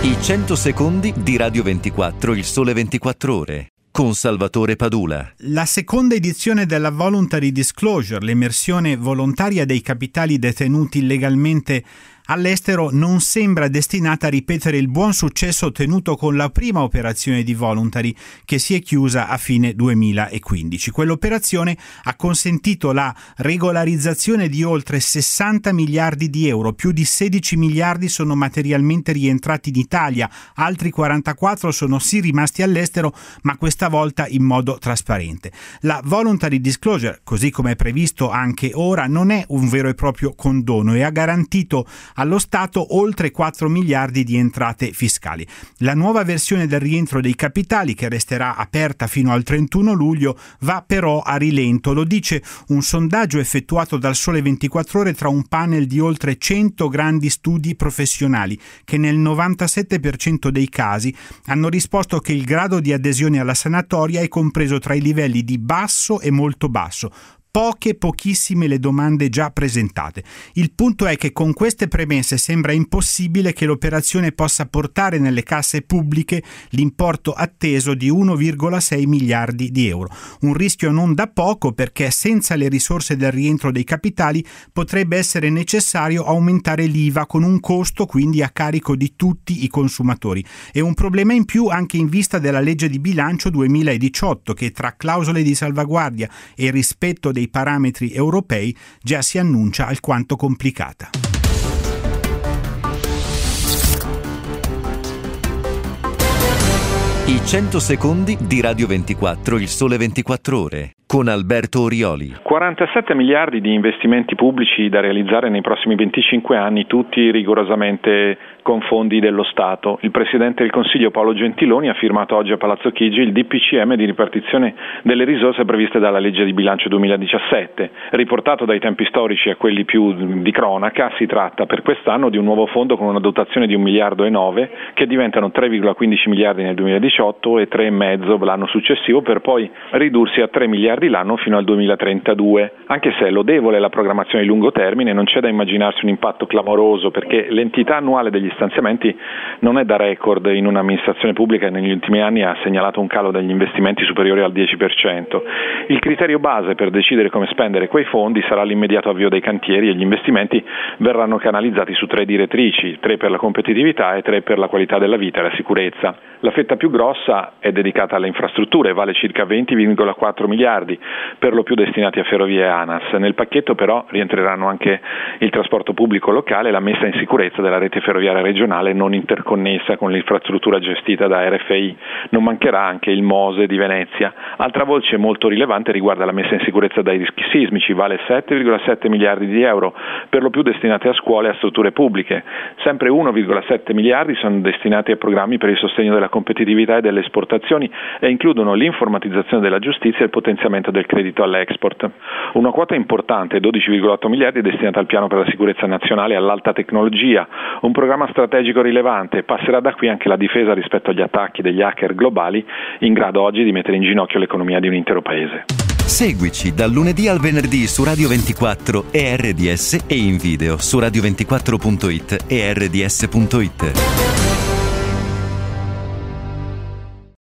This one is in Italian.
I 100 secondi di Radio 24, il Sole 24 Ore, con Salvatore Padula. La seconda edizione della Voluntary Disclosure, l'emersione volontaria dei capitali detenuti illegalmente all'estero, non sembra destinata a ripetere il buon successo ottenuto con la prima operazione di Voluntary, che si è chiusa a fine 2015. Quell'operazione ha consentito la regolarizzazione di oltre 60 miliardi di euro, più di 16 miliardi sono materialmente rientrati in Italia, altri 44 sono sì rimasti all'estero, ma questa volta in modo trasparente. La Voluntary Disclosure, così come è previsto anche ora, non è un vero e proprio condono e ha garantito allo Stato oltre 4 miliardi di entrate fiscali. La nuova versione del rientro dei capitali, che resterà aperta fino al 31 luglio, va però a rilento. Lo dice un sondaggio effettuato dal Sole 24 Ore tra un panel di oltre 100 grandi studi professionali, che nel 97% dei casi hanno risposto che il grado di adesione alla sanatoria è compreso tra i livelli di basso e molto basso. Pochissime le domande già presentate. Il punto è che con queste premesse sembra impossibile che l'operazione possa portare nelle casse pubbliche l'importo atteso di 1,6 miliardi di euro. Un rischio non da poco, perché senza le risorse del rientro dei capitali potrebbe essere necessario aumentare l'IVA, con un costo quindi a carico di tutti i consumatori. E un problema in più anche in vista della legge di bilancio 2018, che tra clausole di salvaguardia e rispetto dei parametri europei già si annuncia alquanto complicata. I 100 secondi di Radio 24, il Sole 24 Ore, con Alberto Orioli. 47 miliardi di investimenti pubblici da realizzare nei prossimi 25 anni, tutti rigorosamente con fondi dello Stato. Il Presidente del Consiglio Paolo Gentiloni ha firmato oggi a Palazzo Chigi il DPCM di ripartizione delle risorse previste dalla legge di bilancio 2017. Riportato dai tempi storici a quelli più di cronaca, si tratta per quest'anno di un nuovo fondo con una dotazione di 1,9 miliardi che diventano 3,15 miliardi nel 2018 e 3,5 l'anno successivo, per poi ridursi a 3 miliardi l'anno fino al 2032. Anche se è lodevole la programmazione di lungo termine, non c'è da immaginarsi un impatto clamoroso, perché l'entità annuale degli stanziamenti non è da record in un'amministrazione pubblica che negli ultimi anni ha segnalato un calo degli investimenti superiore al 10%. Il criterio base per decidere come spendere quei fondi sarà l'immediato avvio dei cantieri, e gli investimenti verranno canalizzati su 3 direttrici, 3 per la competitività e 3 per la qualità della vita e la sicurezza. La fetta più grossa è dedicata alle infrastrutture, vale circa 20,4 miliardi, per lo più destinati a Ferrovie e ANAS. Nel pacchetto però rientreranno anche il trasporto pubblico locale e la messa in sicurezza della rete ferroviaria regionale non interconnessa con l'infrastruttura gestita da RFI. Non mancherà anche il MOSE di Venezia. Altra voce molto rilevante riguarda la messa in sicurezza dai rischi sismici, vale 7,7 miliardi di euro, per lo più destinati a scuole e a strutture pubbliche. Sempre 1,7 miliardi sono destinati a programmi per il sostegno della competitività e delle esportazioni e includono l'informatizzazione della giustizia e il potenziamento del credito all'export. Una quota importante, 12,8 miliardi, è destinata al piano per la sicurezza nazionale e all'alta tecnologia, un programma strategico rilevante. Passerà da qui anche la difesa rispetto agli attacchi degli hacker globali, in grado oggi di mettere in ginocchio l'economia di un intero paese. Seguici dal lunedì al venerdì su Radio 24 e RDS, e in video su radio24.it e rds.it.